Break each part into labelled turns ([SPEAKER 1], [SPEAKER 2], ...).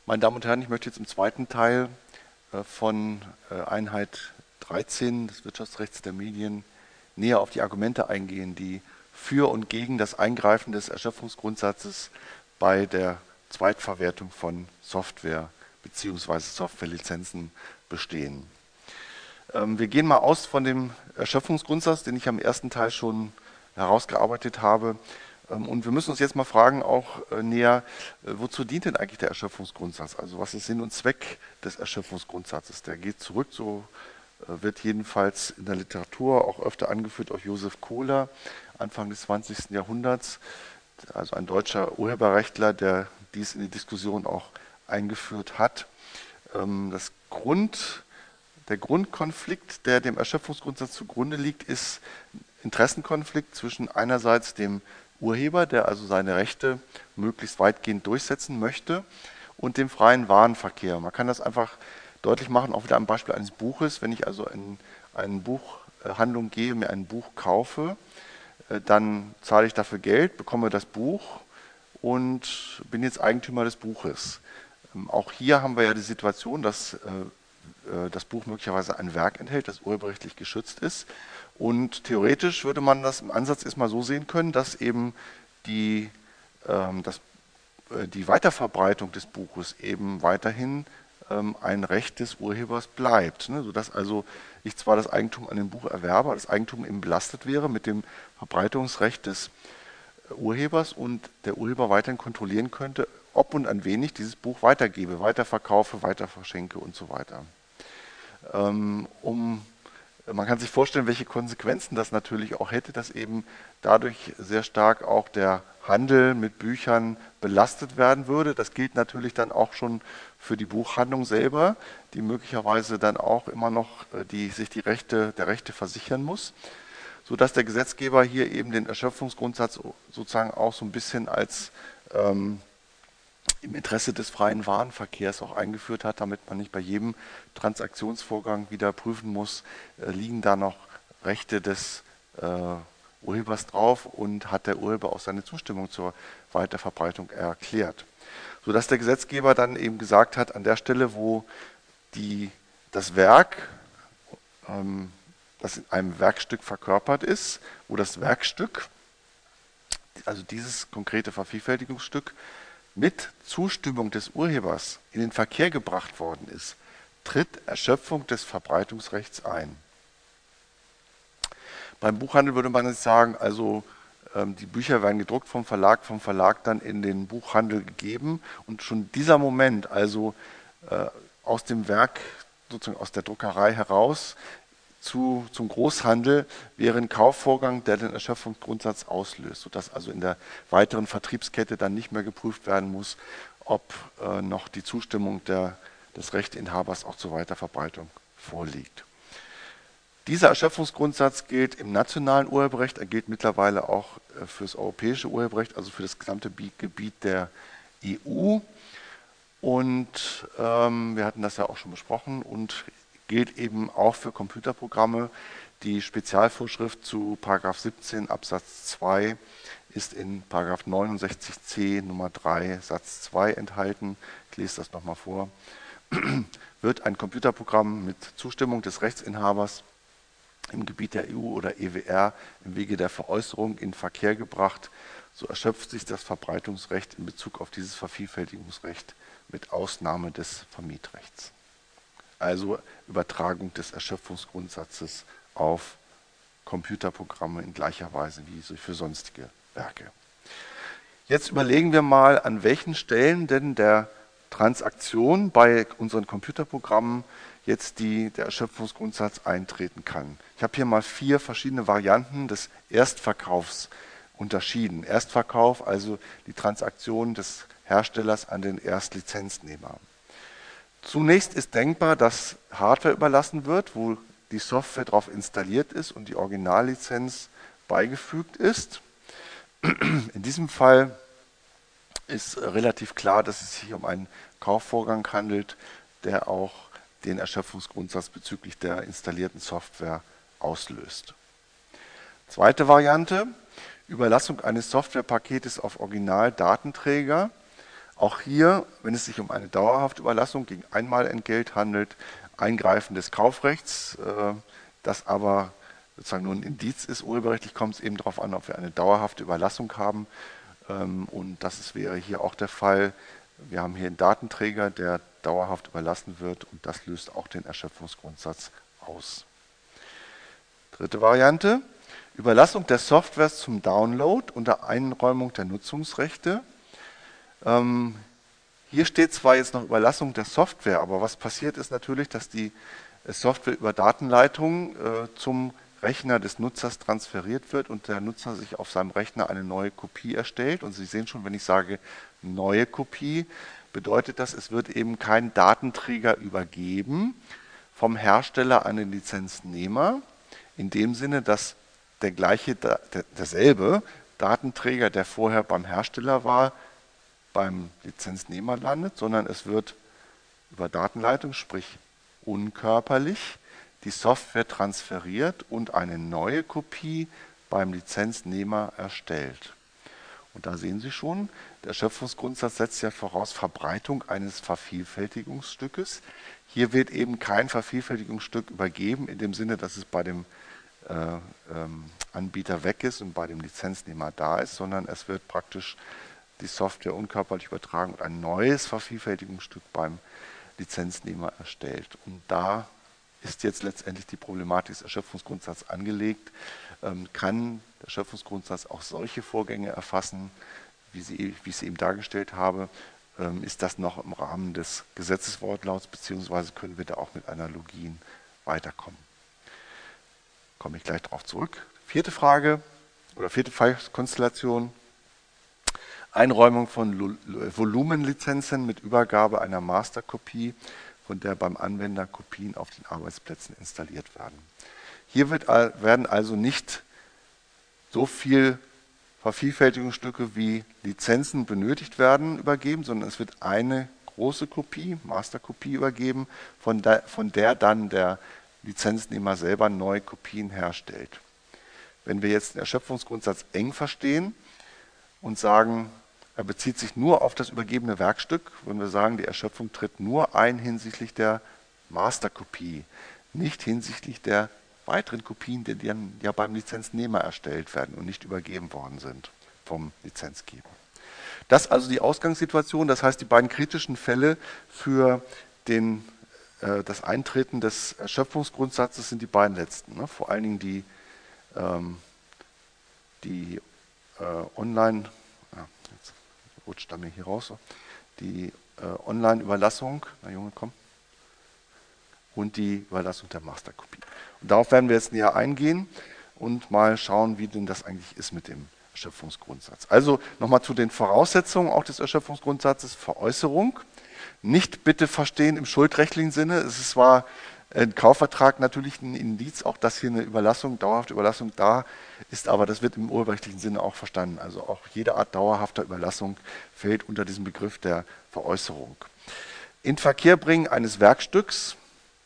[SPEAKER 1] Meine Damen und Herren, ich möchte jetzt im zweiten Teil von Einheit 13 des Wirtschaftsrechts der Medien näher auf die Argumente eingehen, die für und gegen das Eingreifen des Erschöpfungsgrundsatzes bei der Zweitverwertung von Software bzw. Softwarelizenzen bestehen. Wir gehen mal aus von dem Erschöpfungsgrundsatz, den ich am ersten Teil schon herausgearbeitet habe. Und wir müssen uns jetzt mal fragen, auch näher, wozu dient denn eigentlich der Erschöpfungsgrundsatz? Also was ist Sinn und Zweck des Erschöpfungsgrundsatzes? Der geht zurück, so wird jedenfalls in der Literatur auch öfter angeführt, auf Josef Kohler, Anfang des 20. Jahrhunderts, also ein deutscher Urheberrechtler, der dies in die Diskussion auch eingeführt hat. Das der Grundkonflikt, der dem Erschöpfungsgrundsatz zugrunde liegt, ist Interessenkonflikt zwischen einerseits dem Urheber, der also seine Rechte möglichst weitgehend durchsetzen möchte, und dem freien Warenverkehr. Man kann das einfach deutlich machen, auch wieder am Beispiel eines Buches. Wenn ich also in eine Buchhandlung gehe, mir ein Buch kaufe, dann zahle ich dafür Geld, bekomme das Buch und bin jetzt Eigentümer des Buches. Auch hier haben wir ja die Situation, dass das Buch möglicherweise ein Werk enthält, das urheberrechtlich geschützt ist. Und theoretisch würde man das im Ansatz erstmal so sehen können, dass eben die, dass, die Weiterverbreitung des Buches eben weiterhin ein Recht des Urhebers bleibt, ne? Sodass also ich zwar das Eigentum an dem Buch erwerbe, aber das Eigentum eben belastet wäre mit dem Verbreitungsrecht des Urhebers und der Urheber weiterhin kontrollieren könnte, ob und an wen ich dieses Buch weitergebe, weiterverkaufe, weiterverschenke und so weiter. Man kann sich vorstellen, welche Konsequenzen das natürlich auch hätte, dass eben dadurch sehr stark auch der Handel mit Büchern belastet werden würde. Das gilt natürlich dann auch schon für die Buchhandlung selber, die möglicherweise dann auch immer noch sich der Rechte versichern muss, sodass der Gesetzgeber hier eben den Erschöpfungsgrundsatz sozusagen auch so ein bisschen als im Interesse des freien Warenverkehrs auch eingeführt hat, damit man nicht bei jedem Transaktionsvorgang wieder prüfen muss, liegen da noch Rechte des Urhebers drauf und hat der Urheber auch seine Zustimmung zur Weiterverbreitung erklärt. Sodass der Gesetzgeber dann eben gesagt hat, an der Stelle, wo das Werk, das in einem Werkstück verkörpert ist, wo das Werkstück, also dieses konkrete Vervielfältigungsstück, mit Zustimmung des Urhebers in den Verkehr gebracht worden ist, tritt Erschöpfung des Verbreitungsrechts ein. Beim Buchhandel würde man jetzt sagen, also die Bücher werden gedruckt vom Verlag dann in den Buchhandel gegeben und schon dieser Moment, also aus dem Werk, sozusagen aus der Druckerei heraus zum Großhandel, wäre ein Kaufvorgang, der den Erschöpfungsgrundsatz auslöst, sodass also in der weiteren Vertriebskette dann nicht mehr geprüft werden muss, ob noch die Zustimmung des Rechteinhabers auch zur Weiterverbreitung vorliegt. Dieser Erschöpfungsgrundsatz gilt im nationalen Urheberrecht, er gilt mittlerweile auch für das europäische Urheberrecht, also für das gesamte Gebiet der EU. Und wir hatten das ja auch schon besprochen und gilt eben auch für Computerprogramme. Die Spezialvorschrift zu § 17 Absatz 2 ist in § 69c Nummer 3 Satz 2 enthalten. Ich lese das nochmal vor. Wird ein Computerprogramm mit Zustimmung des Rechtsinhabers im Gebiet der EU oder EWR im Wege der Veräußerung in Verkehr gebracht, so erschöpft sich das Verbreitungsrecht in Bezug auf dieses Vervielfältigungsrecht mit Ausnahme des Vermietrechts. Also Übertragung des Erschöpfungsgrundsatzes auf Computerprogramme in gleicher Weise wie für sonstige Werke. Jetzt überlegen wir mal, an welchen Stellen denn der Transaktion bei unseren Computerprogrammen jetzt der Erschöpfungsgrundsatz eintreten kann. Ich habe hier mal 4 verschiedene Varianten des Erstverkaufs unterschieden. Erstverkauf, also die Transaktion des Herstellers an den Erstlizenznehmer. Zunächst ist denkbar, dass Hardware überlassen wird, wo die Software drauf installiert ist und die Originallizenz beigefügt ist. In diesem Fall ist relativ klar, dass es sich um einen Kaufvorgang handelt, der auch den Erschöpfungsgrundsatz bezüglich der installierten Software auslöst. Zweite Variante, Überlassung eines Softwarepaketes auf Originaldatenträger. Auch hier, wenn es sich um eine dauerhafte Überlassung gegen Einmalentgelt handelt, Eingreifen des Kaufrechts, das aber sozusagen nur ein Indiz ist. Urheberrechtlich kommt es eben darauf an, ob wir eine dauerhafte Überlassung haben. Und wäre hier auch der Fall. Wir haben hier einen Datenträger, der dauerhaft überlassen wird, und das löst auch den Erschöpfungsgrundsatz aus. Dritte Variante: Überlassung der Softwares zum Download unter Einräumung der Nutzungsrechte. Hier steht zwar jetzt noch Überlassung der Software, aber was passiert ist natürlich, dass die Software über Datenleitung zum Rechner des Nutzers transferiert wird und der Nutzer sich auf seinem Rechner eine neue Kopie erstellt. Und Sie sehen schon, wenn ich sage neue Kopie, bedeutet das, es wird eben kein Datenträger übergeben vom Hersteller an den Lizenznehmer, in dem Sinne, dass derselbe Datenträger, der vorher beim Hersteller war, beim Lizenznehmer landet, sondern es wird über Datenleitung, sprich unkörperlich, die Software transferiert und eine neue Kopie beim Lizenznehmer erstellt. Und da sehen Sie schon, der Erschöpfungsgrundsatz setzt ja voraus Verbreitung eines Vervielfältigungsstückes. Hier wird eben kein Vervielfältigungsstück übergeben, in dem Sinne, dass es bei dem Anbieter weg ist und bei dem Lizenznehmer da ist, sondern es wird praktisch die Software unkörperlich übertragen und ein neues Vervielfältigungsstück beim Lizenznehmer erstellt. Und da ist jetzt letztendlich die Problematik des Erschöpfungsgrundsatzes angelegt. Kann der Erschöpfungsgrundsatz auch solche Vorgänge erfassen, wie ich sie eben dargestellt habe? Ist das noch im Rahmen des Gesetzeswortlauts, beziehungsweise können wir da auch mit Analogien weiterkommen? Komme ich gleich darauf zurück. Vierte Frage oder vierte Fallkonstellation: Einräumung von Volumenlizenzen mit Übergabe einer Masterkopie, von der beim Anwender Kopien auf den Arbeitsplätzen installiert werden. Hier werden also nicht so viel Vervielfältigungsstücke wie Lizenzen benötigt werden übergeben, sondern es wird eine große Kopie, Masterkopie, übergeben, von der dann der Lizenznehmer selber neue Kopien herstellt. Wenn wir jetzt den Erschöpfungsgrundsatz eng verstehen und sagen, er bezieht sich nur auf das übergebene Werkstück, wenn wir sagen, die Erschöpfung tritt nur ein hinsichtlich der Masterkopie, nicht hinsichtlich der weiteren Kopien, die dann ja beim Lizenznehmer erstellt werden und nicht übergeben worden sind vom Lizenzgeber. Das ist also die Ausgangssituation, das heißt, die beiden kritischen Fälle für das Eintreten des Erschöpfungsgrundsatzes sind die beiden letzten. Vor allen Dingen die Online, jetzt rutscht er mir hier raus, die Online-Überlassung, na Junge, komm, und die Überlassung der Masterkopie. Und darauf werden wir jetzt näher eingehen und mal schauen, wie denn das eigentlich ist mit dem Erschöpfungsgrundsatz. Also nochmal zu den Voraussetzungen auch des Erschöpfungsgrundsatzes: Veräußerung. Nicht bitte verstehen im schuldrechtlichen Sinne. Es ist zwar ein Kaufvertrag natürlich ein Indiz, auch dass hier eine Überlassung, dauerhafte Überlassung da ist, aber das wird im urheberrechtlichen Sinne auch verstanden. Also auch jede Art dauerhafter Überlassung fällt unter diesen Begriff der Veräußerung. Inverkehrbringen eines Werkstücks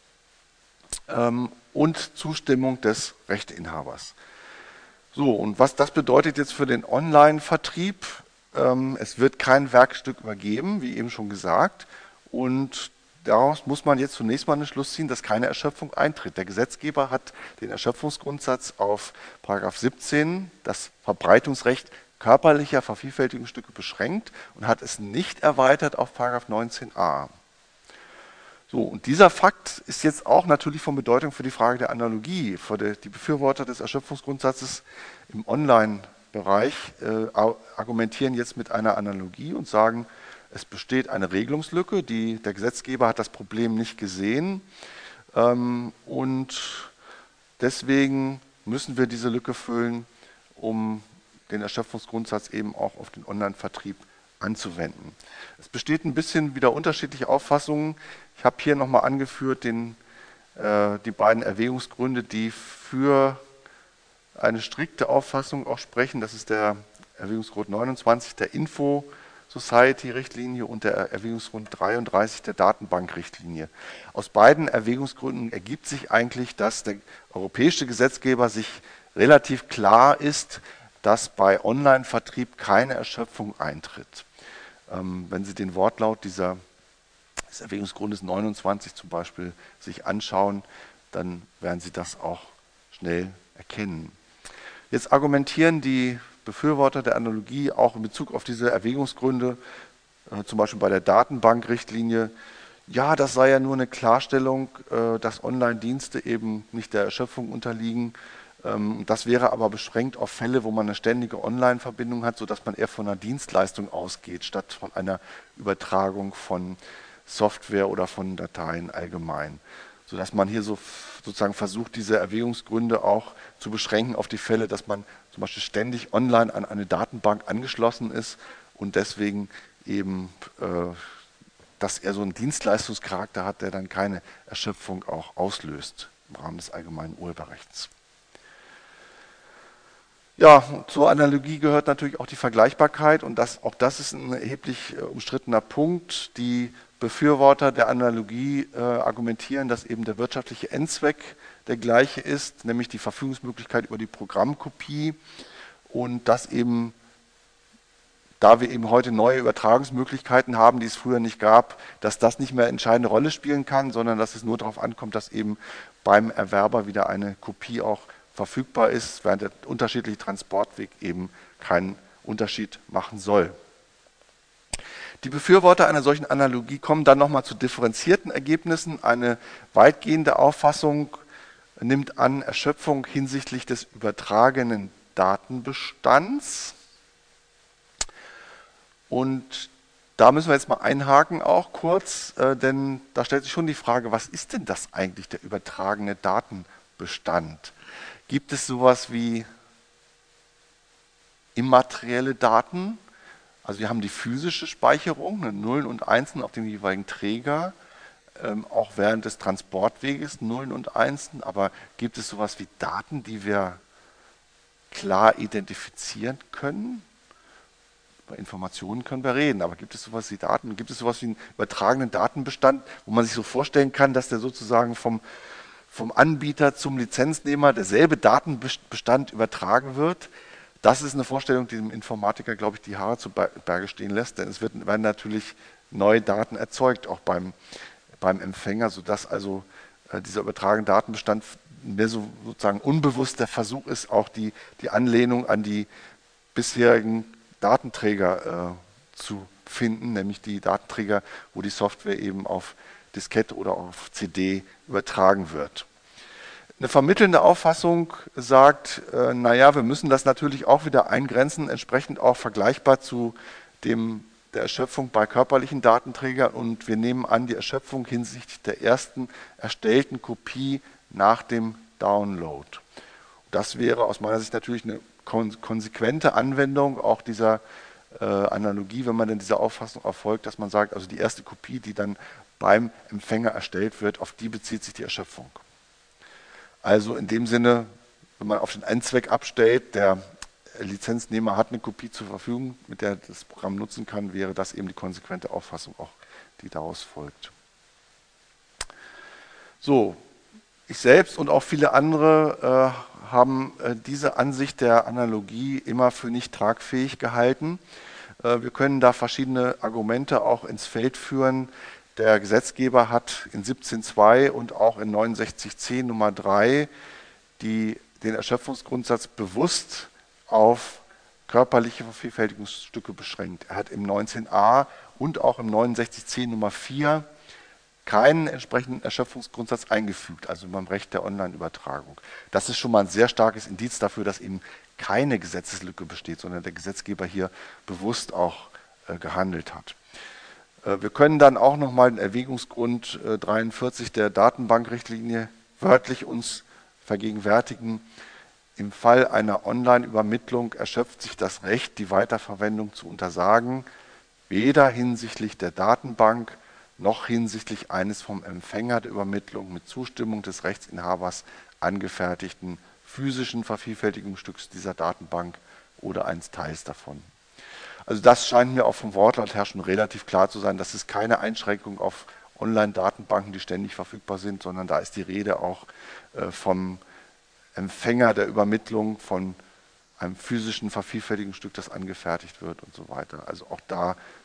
[SPEAKER 1] und Zustimmung des Rechteinhabers. So, und was das bedeutet jetzt für den Online-Vertrieb? Es wird kein Werkstück übergeben, wie eben schon gesagt, und daraus muss man jetzt zunächst mal einen Schluss ziehen, dass keine Erschöpfung eintritt. Der Gesetzgeber hat den Erschöpfungsgrundsatz auf § 17, das Verbreitungsrecht körperlicher Vervielfältigungsstücke, beschränkt und hat es nicht erweitert auf § 19a. So, und dieser Fakt ist jetzt auch natürlich von Bedeutung für die Frage der Analogie. Die Befürworter des Erschöpfungsgrundsatzes im Online-Bereich argumentieren jetzt mit einer Analogie und sagen, es besteht eine Regelungslücke, der Gesetzgeber hat das Problem nicht gesehen und deswegen müssen wir diese Lücke füllen, um den Erschöpfungsgrundsatz eben auch auf den Online-Vertrieb anzuwenden. Es besteht ein bisschen wieder unterschiedliche Auffassungen. Ich habe hier nochmal angeführt die beiden Erwägungsgründe, die für eine strikte Auffassung auch sprechen. Das ist der Erwägungsgrund 29 der Info-Society-Richtlinie und der Erwägungsgrund 33 der Datenbank-Richtlinie. Aus beiden Erwägungsgründen ergibt sich eigentlich, dass der europäische Gesetzgeber sich relativ klar ist, dass bei Online-Vertrieb keine Erschöpfung eintritt. Wenn Sie den Wortlaut des Erwägungsgrundes 29 zum Beispiel sich anschauen, dann werden Sie das auch schnell erkennen. Jetzt argumentieren die Befürworter der Analogie auch in Bezug auf diese Erwägungsgründe, zum Beispiel bei der Datenbankrichtlinie, ja, das sei ja nur eine Klarstellung, dass Online-Dienste eben nicht der Erschöpfung unterliegen. Das wäre aber beschränkt auf Fälle, wo man eine ständige Online-Verbindung hat, sodass man eher von einer Dienstleistung ausgeht, statt von einer Übertragung von Software oder von Dateien allgemein. Sodass man hier sozusagen versucht, diese Erwägungsgründe auch zu beschränken auf die Fälle, dass man zum Beispiel ständig online an eine Datenbank angeschlossen ist und deswegen eben, dass er so einen Dienstleistungscharakter hat, der dann keine Erschöpfung auch auslöst im Rahmen des allgemeinen Urheberrechts. Ja, zur Analogie gehört natürlich auch die Vergleichbarkeit und auch das ist ein erheblich umstrittener Punkt. Die Befürworter der Analogie argumentieren, dass eben der wirtschaftliche Endzweck der gleiche ist, nämlich die Verfügungsmöglichkeit über die Programmkopie und dass eben, da wir eben heute neue Übertragungsmöglichkeiten haben, die es früher nicht gab, dass das nicht mehr entscheidende Rolle spielen kann, sondern dass es nur darauf ankommt, dass eben beim Erwerber wieder eine Kopie auch verfügbar ist, während der unterschiedliche Transportweg eben keinen Unterschied machen soll. Die Befürworter einer solchen Analogie kommen dann nochmal zu differenzierten Ergebnissen. Eine weitgehende Auffassung nimmt an Erschöpfung hinsichtlich des übertragenen Datenbestands. Und da müssen wir jetzt mal einhaken auch kurz, denn da stellt sich schon die Frage, was ist denn das eigentlich, der übertragene Datenbestand? Gibt es sowas wie immaterielle Daten? Also wir haben die physische Speicherung, Nullen und Einsen auf dem jeweiligen Träger, auch während des Transportweges Nullen und Einsen, aber gibt es sowas wie Daten, die wir klar identifizieren können? Über Informationen können wir reden, aber gibt es sowas wie Daten? Gibt es sowas wie einen übertragenen Datenbestand, wo man sich so vorstellen kann, dass der sozusagen vom Anbieter zum Lizenznehmer derselbe Datenbestand übertragen wird? Das ist eine Vorstellung, die dem Informatiker, glaube ich, die Haare zu Berge stehen lässt, denn es werden natürlich neue Daten erzeugt, auch beim Empfänger, sodass also dieser übertragene Datenbestand mehr so sozusagen unbewusst der Versuch ist, auch die Anlehnung an die bisherigen Datenträger zu finden, nämlich die Datenträger, wo die Software eben auf Diskette oder auf CD übertragen wird. Eine vermittelnde Auffassung sagt, naja, wir müssen das natürlich auch wieder eingrenzen, entsprechend auch vergleichbar zu der Erschöpfung bei körperlichen Datenträgern und wir nehmen an, die Erschöpfung hinsichtlich der ersten erstellten Kopie nach dem Download. Das wäre aus meiner Sicht natürlich eine konsequente Anwendung auch dieser Analogie, wenn man denn dieser Auffassung erfolgt, dass man sagt, also die erste Kopie, die dann beim Empfänger erstellt wird, auf die bezieht sich die Erschöpfung. Also in dem Sinne, wenn man auf den Endzweck abstellt, der Lizenznehmer hat eine Kopie zur Verfügung, mit der das Programm nutzen kann, wäre das eben die konsequente Auffassung auch, die daraus folgt. So, ich selbst und auch viele andere haben diese Ansicht der Analogie immer für nicht tragfähig gehalten. Wir können da verschiedene Argumente auch ins Feld führen. Der Gesetzgeber hat in 17.2 und auch in 69.10 Nummer 3 den Erschöpfungsgrundsatz bewusst auf körperliche Vervielfältigungsstücke beschränkt. Er hat im 19a und auch im 69.10 Nummer 4 keinen entsprechenden Erschöpfungsgrundsatz eingefügt, also beim Recht der Online-Übertragung. Das ist schon mal ein sehr starkes Indiz dafür, dass eben keine Gesetzeslücke besteht, sondern der Gesetzgeber hier bewusst auch gehandelt hat. Wir können dann auch nochmal den Erwägungsgrund 43 der Datenbankrichtlinie wörtlich uns vergegenwärtigen. Im Fall einer Online-Übermittlung erschöpft sich das Recht, die Weiterverwendung zu untersagen, weder hinsichtlich der Datenbank noch hinsichtlich eines vom Empfänger der Übermittlung mit Zustimmung des Rechtsinhabers angefertigten physischen Vervielfältigungsstücks dieser Datenbank oder eines Teils davon. Also das scheint mir auch vom Wortlaut her schon relativ klar zu sein, dass es keine Einschränkung auf Online-Datenbanken, die ständig verfügbar sind, sondern da ist die Rede auch vom Empfänger der Übermittlung, von einem physischen Vervielfältigungsstück, das angefertigt wird und so weiter. Also auch da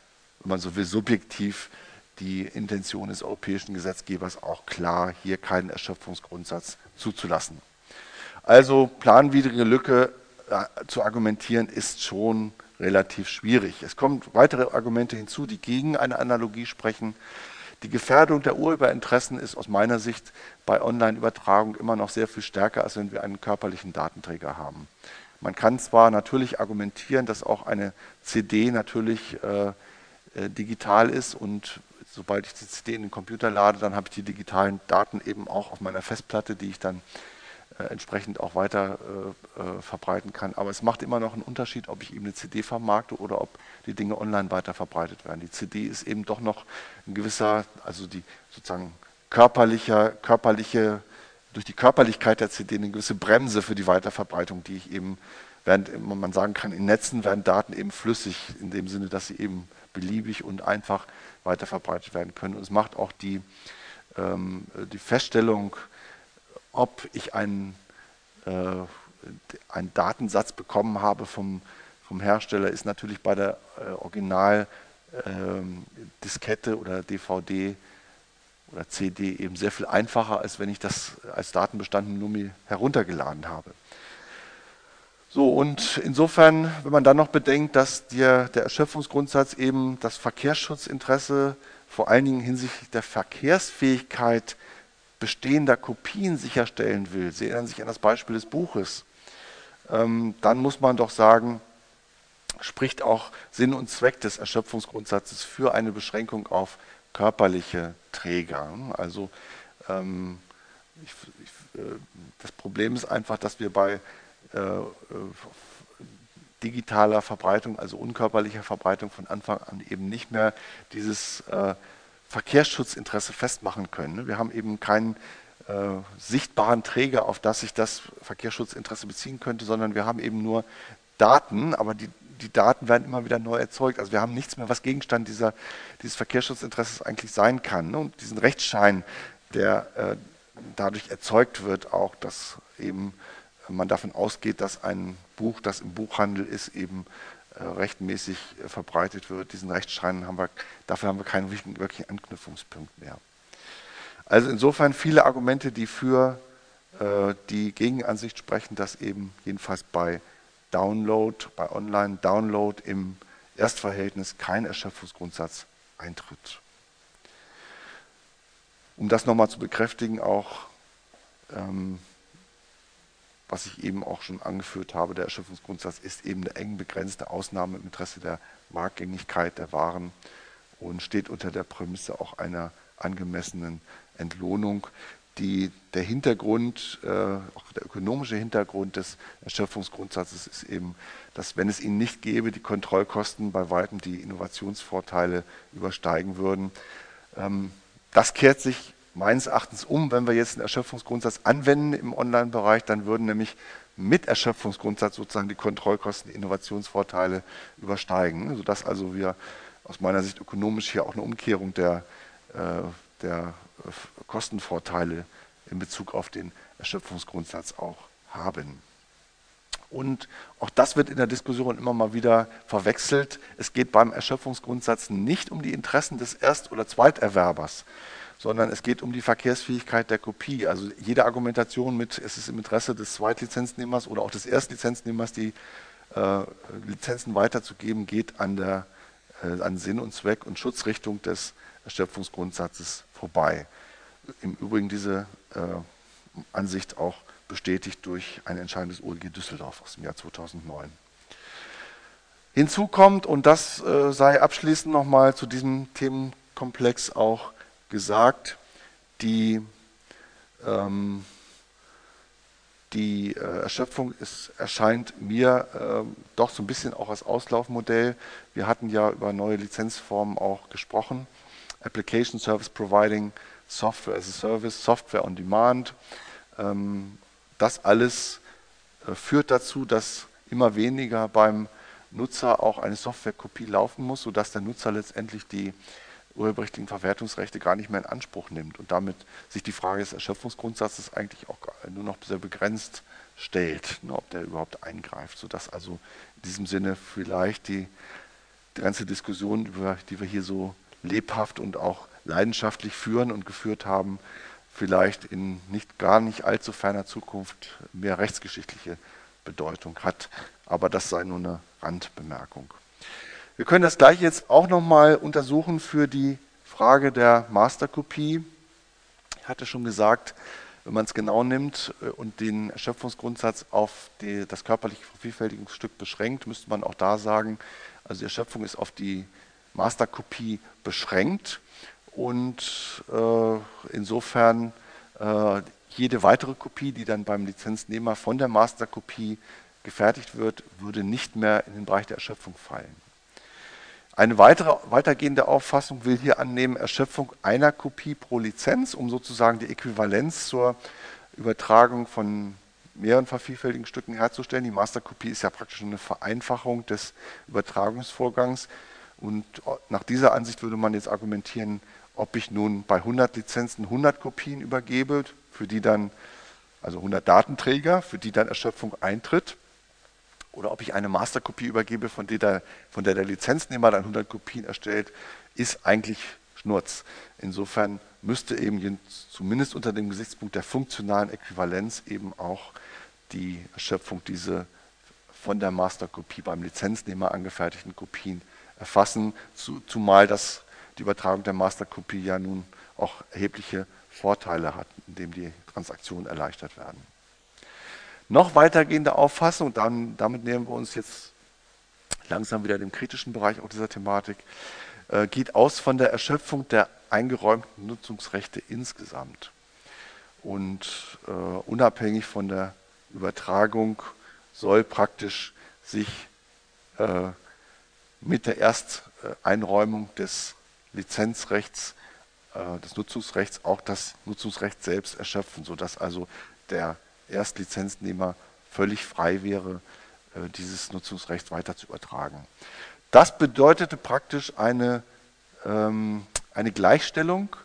[SPEAKER 1] wenn man so will, subjektiv die Intention des europäischen Gesetzgebers auch klar, hier keinen Erschöpfungsgrundsatz zuzulassen. Also planwidrige Lücke zu argumentieren ist schon relativ schwierig. Es kommen weitere Argumente hinzu, die gegen eine Analogie sprechen. Die Gefährdung der Urheberinteressen ist aus meiner Sicht bei Online-Übertragung immer noch sehr viel stärker, als wenn wir einen körperlichen Datenträger haben. Man kann zwar natürlich argumentieren, dass auch eine CD natürlich digital ist und sobald ich die CD in den Computer lade, dann habe ich die digitalen Daten eben auch auf meiner Festplatte, die ich dann entsprechend auch weiter verbreiten kann. Aber es macht immer noch einen Unterschied, ob ich eben eine CD vermarkte oder ob die Dinge online weiter verbreitet werden. Die CD ist eben doch noch ein gewisser, also die sozusagen körperliche, durch die Körperlichkeit der CD eine gewisse Bremse für die Weiterverbreitung, die ich eben, während man sagen kann, in Netzen werden Daten eben flüssig, in dem Sinne, dass sie eben beliebig und einfach weiterverbreitet werden können. Und es macht auch die Feststellung, ob ich einen Datensatz bekommen habe vom Hersteller, ist natürlich bei der Original-Diskette oder DVD oder CD eben sehr viel einfacher, als wenn ich das als Datenbestand nur mir heruntergeladen habe. So, und insofern, wenn man dann noch bedenkt, dass der Erschöpfungsgrundsatz eben das Verkehrsschutzinteresse vor allen Dingen hinsichtlich der Verkehrsfähigkeit bestehender Kopien sicherstellen will, Sie erinnern sich an das Beispiel des Buches, dann muss man doch sagen, spricht auch Sinn und Zweck des Erschöpfungsgrundsatzes für eine Beschränkung auf körperliche Träger. Also das Problem ist einfach, dass wir bei digitaler Verbreitung, also unkörperlicher Verbreitung von Anfang an eben nicht mehr dieses Verkehrsschutzinteresse festmachen können. Wir haben eben keinen sichtbaren Träger, auf das sich das Verkehrsschutzinteresse beziehen könnte, sondern wir haben eben nur Daten, aber die Daten werden immer wieder neu erzeugt. Also wir haben nichts mehr, was Gegenstand dieses Verkehrsschutzinteresses eigentlich sein kann. Und diesen Rechtsschein, der dadurch erzeugt wird, auch, dass eben man davon ausgeht, dass ein Buch, das im Buchhandel ist, eben rechtmäßig verbreitet wird. Diesen Rechtsschein dafür haben wir keinen wirklichen Anknüpfungspunkt mehr. Also insofern viele Argumente, die für die Gegenansicht sprechen, dass eben jedenfalls bei Online-Download im Erstverhältnis kein Erschöpfungsgrundsatz eintritt. Um das nochmal zu bekräftigen, auch was ich eben auch schon angeführt habe, der Erschöpfungsgrundsatz ist eben eine eng begrenzte Ausnahme im Interesse der Marktgängigkeit der Waren und steht unter der Prämisse auch einer angemessenen Entlohnung. Der Hintergrund, auch der ökonomische Hintergrund des Erschöpfungsgrundsatzes ist eben, dass, wenn es ihn nicht gäbe, die Kontrollkosten bei weitem die Innovationsvorteile übersteigen würden. Das kehrt sich meines Erachtens wenn wir jetzt einen Erschöpfungsgrundsatz anwenden im Online-Bereich, dann würden nämlich mit Erschöpfungsgrundsatz sozusagen die Kontrollkosten, die Innovationsvorteile übersteigen, sodass also wir aus meiner Sicht ökonomisch hier auch eine Umkehrung der Kostenvorteile in Bezug auf den Erschöpfungsgrundsatz auch haben. Und auch das wird in der Diskussion immer mal wieder verwechselt. Es geht beim Erschöpfungsgrundsatz nicht um die Interessen des Erst- oder Zweiterwerbers, sondern es geht um die Verkehrsfähigkeit der Kopie. Also jede Argumentation mit, es ist im Interesse des Zweitlizenznehmers oder auch des Erstlizenznehmers, die Lizenzen weiterzugeben, geht an Sinn und Zweck und Schutzrichtung des Erschöpfungsgrundsatzes vorbei. Im Übrigen diese Ansicht auch bestätigt durch eine Entscheidung des OLG Düsseldorf aus dem Jahr 2009. Hinzu kommt, und das sei abschließend nochmal zu diesem Themenkomplex auch gesagt, die Erschöpfung erscheint mir doch so ein bisschen auch als Auslaufmodell. Wir hatten ja über neue Lizenzformen auch gesprochen. Application Service Providing, Software as a Service, Software on Demand. Das alles führt dazu, dass immer weniger beim Nutzer auch eine Softwarekopie laufen muss, sodass der Nutzer letztendlich die urheberrechtlichen Verwertungsrechte gar nicht mehr in Anspruch nimmt und damit sich die Frage des Erschöpfungsgrundsatzes eigentlich auch nur noch sehr begrenzt stellt, ob der überhaupt eingreift, sodass also in diesem Sinne vielleicht die die ganze Diskussion, die wir hier so lebhaft und auch leidenschaftlich führen und geführt haben, vielleicht in gar nicht allzu ferner Zukunft mehr rechtsgeschichtliche Bedeutung hat. Aber das sei nur eine Randbemerkung. Wir können das gleiche jetzt auch nochmal untersuchen für die Frage der Masterkopie. Ich hatte schon gesagt, wenn man es genau nimmt und den Erschöpfungsgrundsatz auf das körperliche Vervielfältigungsstück beschränkt, müsste man auch da sagen, also die Erschöpfung ist auf die Masterkopie beschränkt und insofern jede weitere Kopie, die dann beim Lizenznehmer von der Masterkopie gefertigt wird, würde nicht mehr in den Bereich der Erschöpfung fallen. Eine weitere weitergehende Auffassung will hier annehmen, Erschöpfung einer Kopie pro Lizenz, um sozusagen die Äquivalenz zur Übertragung von mehreren vervielfältigen Stücken herzustellen. Die Masterkopie ist ja praktisch eine Vereinfachung des Übertragungsvorgangs. Und nach dieser Ansicht würde man jetzt argumentieren, ob ich nun bei 100 Lizenzen 100 Kopien übergebe, für die dann, also 100 Datenträger, für die dann Erschöpfung eintritt, oder ob ich eine Masterkopie übergebe, von der der Lizenznehmer dann 100 Kopien erstellt, ist eigentlich Schnurz. Insofern müsste eben zumindest unter dem Gesichtspunkt der funktionalen Äquivalenz eben auch die Erschöpfung diese von der Masterkopie beim Lizenznehmer angefertigten Kopien erfassen, zumal die Übertragung der Masterkopie ja nun auch erhebliche Vorteile hat, indem die Transaktionen erleichtert werden. Noch weitergehende Auffassung, damit nähern wir uns jetzt langsam wieder dem kritischen Bereich auch dieser Thematik, geht aus von der Erschöpfung der eingeräumten Nutzungsrechte insgesamt. Und unabhängig von der Übertragung soll praktisch sich mit der Ersteinräumung des Lizenzrechts, des Nutzungsrechts, auch das Nutzungsrecht selbst erschöpfen, sodass also der Erstlizenznehmer völlig frei wäre, dieses Nutzungsrecht weiter zu übertragen. Das bedeutete praktisch eine Gleichstellung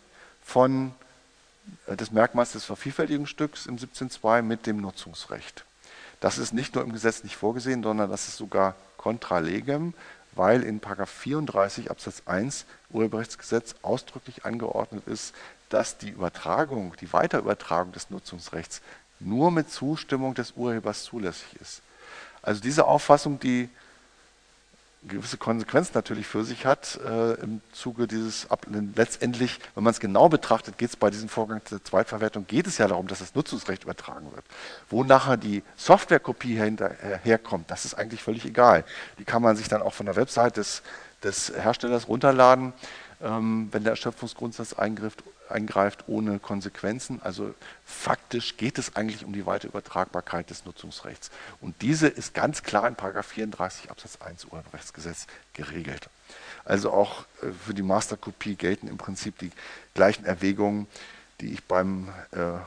[SPEAKER 1] des Merkmals des Vervielfältigungsstücks im 17.2 mit dem Nutzungsrecht. Das ist nicht nur im Gesetz nicht vorgesehen, sondern das ist sogar contra legem, weil in § 34 Absatz 1 Urheberrechtsgesetz ausdrücklich angeordnet ist, dass die Weiterübertragung des Nutzungsrechts nur mit Zustimmung des Urhebers zulässig ist. Also diese Auffassung, die gewisse Konsequenzen natürlich für sich hat, im Zuge letztendlich, wenn man es genau betrachtet, geht es bei diesem Vorgang der Zweitverwertung, geht es ja darum, dass das Nutzungsrecht übertragen wird. Wo nachher die Softwarekopie herkommt, das ist eigentlich völlig egal. Die kann man sich dann auch von der Website des Herstellers runterladen, wenn der Erschöpfungsgrundsatz eingreift ohne Konsequenzen. Also faktisch geht es eigentlich um die Weiterübertragbarkeit des Nutzungsrechts. Und diese ist ganz klar in § 34 Absatz 1 Urheberrechtsgesetz geregelt. Also auch für die Masterkopie gelten im Prinzip die gleichen Erwägungen, die ich bei der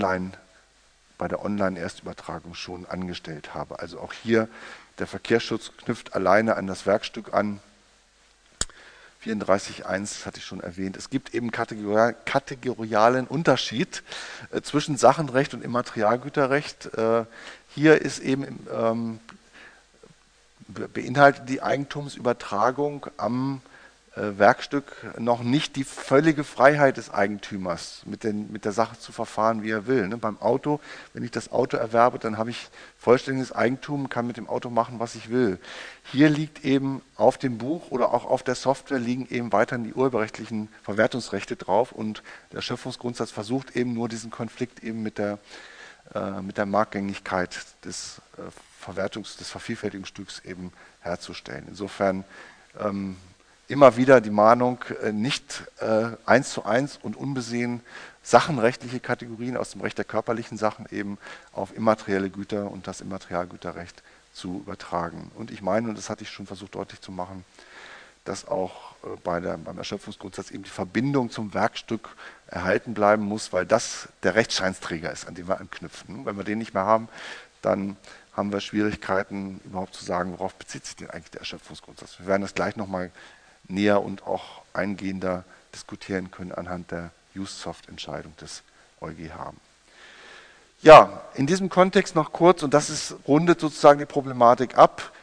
[SPEAKER 1] Online-Erstübertragung schon angestellt habe. Also auch hier der Verkehrsschutz knüpft alleine an das Werkstück an. 34.1 hatte ich schon erwähnt. Es gibt eben kategorialen Unterschied zwischen Sachenrecht und Immaterialgüterrecht. Hier ist eben beinhaltet die Eigentumsübertragung am Werkstück noch nicht die völlige Freiheit des Eigentümers, mit der Sache zu verfahren, wie er will. Beim Auto, wenn ich das Auto erwerbe, dann habe ich vollständiges Eigentum, kann mit dem Auto machen, was ich will. Hier liegt eben auf dem Buch oder auch auf der Software liegen eben weiterhin die urheberrechtlichen Verwertungsrechte drauf und der Schöpfungsgrundsatz versucht eben nur diesen Konflikt eben mit der Marktgängigkeit des Vervielfältigungsstücks eben herzustellen. Insofern immer wieder die Mahnung, nicht 1:1 und unbesehen sachenrechtliche Kategorien aus dem Recht der körperlichen Sachen eben auf immaterielle Güter und das Immaterialgüterrecht zu übertragen. Und ich meine, und das hatte ich schon versucht deutlich zu machen, dass auch beim Erschöpfungsgrundsatz eben die Verbindung zum Werkstück erhalten bleiben muss, weil das der Rechtsscheinsträger ist, an den wir anknüpfen. Wenn wir den nicht mehr haben, dann haben wir Schwierigkeiten, überhaupt zu sagen, worauf bezieht sich denn eigentlich der Erschöpfungsgrundsatz. Wir werden das gleich nochmal näher und auch eingehender diskutieren können anhand der Use-Soft-Entscheidung des EuGH. Ja, in diesem Kontext noch kurz, und das rundet sozusagen die Problematik ab,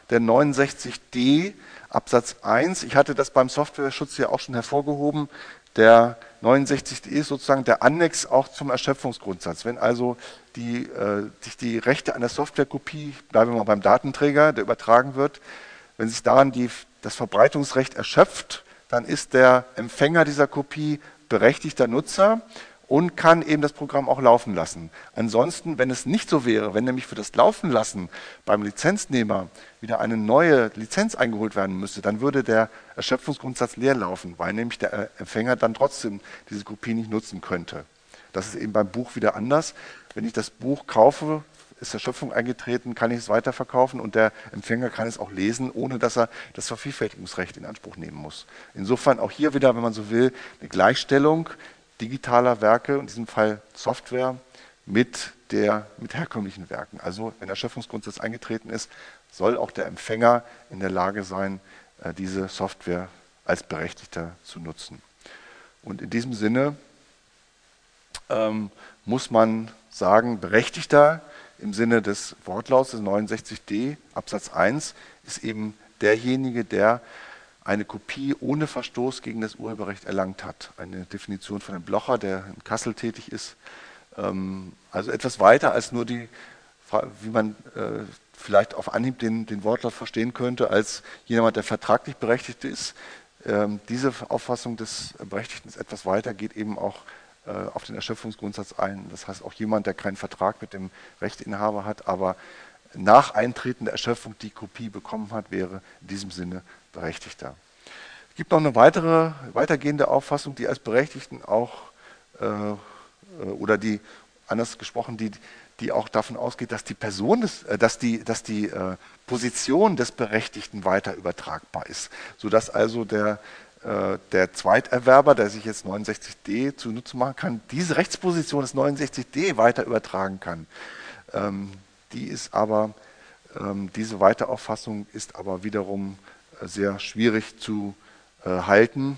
[SPEAKER 1] der 69d Absatz 1. Ich hatte das beim Softwareschutz ja auch schon hervorgehoben. Der 69d ist sozusagen der Annex auch zum Erschöpfungsgrundsatz. Wenn also sich die Rechte an der Softwarekopie, bleiben wir mal beim Datenträger, der übertragen wird, wenn sich daran das Verbreitungsrecht erschöpft, dann ist der Empfänger dieser Kopie berechtigter Nutzer und kann eben das Programm auch laufen lassen. Ansonsten, wenn es nicht so wäre, wenn nämlich für das Laufen lassen beim Lizenznehmer wieder eine neue Lizenz eingeholt werden müsste, dann würde der Erschöpfungsgrundsatz leer laufen, weil nämlich der Empfänger dann trotzdem diese Kopie nicht nutzen könnte. Das ist eben beim Buch wieder anders. Wenn ich das Buch kaufe, ist Erschöpfung eingetreten, kann ich es weiterverkaufen und der Empfänger kann es auch lesen, ohne dass er das Vervielfältigungsrecht in Anspruch nehmen muss. Insofern auch hier wieder, wenn man so will, eine Gleichstellung digitaler Werke, in diesem Fall Software, mit herkömmlichen Werken. Also wenn der Erschöpfungsgrundsatz eingetreten ist, soll auch der Empfänger in der Lage sein, diese Software als Berechtigter zu nutzen. Und in diesem Sinne muss man sagen, Berechtigter im Sinne des Wortlauts des 69d Absatz 1 ist eben derjenige, der eine Kopie ohne Verstoß gegen das Urheberrecht erlangt hat. Eine Definition von einem Blocher, der in Kassel tätig ist. Also etwas weiter als nur wie man vielleicht auf Anhieb den Wortlaut verstehen könnte, als jemand, der vertraglich berechtigt ist. Diese Auffassung des Berechtigten ist etwas weiter, geht eben auch auf den Erschöpfungsgrundsatz ein. Das heißt, auch jemand, der keinen Vertrag mit dem Rechteinhaber hat, aber nach Eintreten der Erschöpfung die Kopie bekommen hat, wäre in diesem Sinne Berechtigter. Es gibt noch eine weitergehende Auffassung, die als Berechtigten auch, oder die, anders gesprochen, die auch davon ausgeht, dass die Position des Berechtigten weiter übertragbar ist, sodass also der Zweiterwerber, der sich jetzt 69d zunutze machen kann, diese Rechtsposition des 69d weiter übertragen kann. Diese Weiterauffassung ist aber wiederum sehr schwierig zu halten.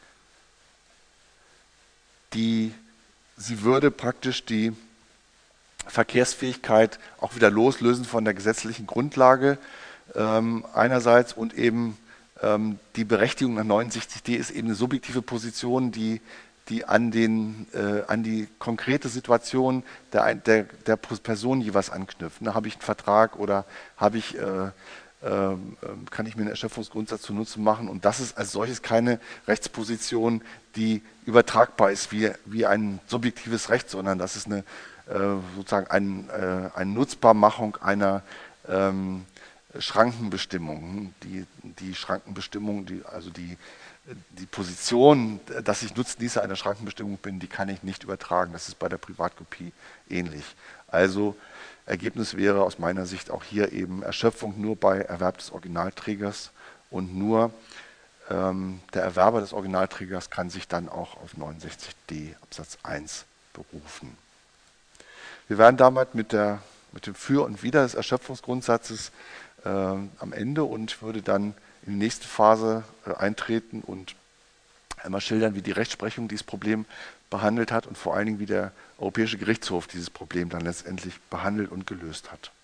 [SPEAKER 1] Sie würde praktisch die Verkehrsfähigkeit auch wieder loslösen von der gesetzlichen Grundlage einerseits und eben die Berechtigung nach 69d ist eben eine subjektive Position, die an die konkrete Situation der Person jeweils anknüpft. Habe ich einen Vertrag oder kann ich mir einen Erschöpfungsgrundsatz zunutze machen? Und das ist als solches keine Rechtsposition, die übertragbar ist wie ein subjektives Recht, sondern das ist sozusagen eine Nutzbarmachung einer Schrankenbestimmung. Die Schrankenbestimmung, die Position, dass ich Nutznießer einer Schrankenbestimmung bin, die kann ich nicht übertragen. Das ist bei der Privatkopie ähnlich. Also Ergebnis wäre aus meiner Sicht auch hier eben Erschöpfung nur bei Erwerb des Originalträgers und nur der Erwerber des Originalträgers kann sich dann auch auf 69d Absatz 1 berufen. Wir werden damit mit dem Für und Wider des Erschöpfungsgrundsatzes am Ende und würde dann in die nächste Phase eintreten und einmal schildern, wie die Rechtsprechung dieses Problem behandelt hat und vor allen Dingen, wie der Europäische Gerichtshof dieses Problem dann letztendlich behandelt und gelöst hat.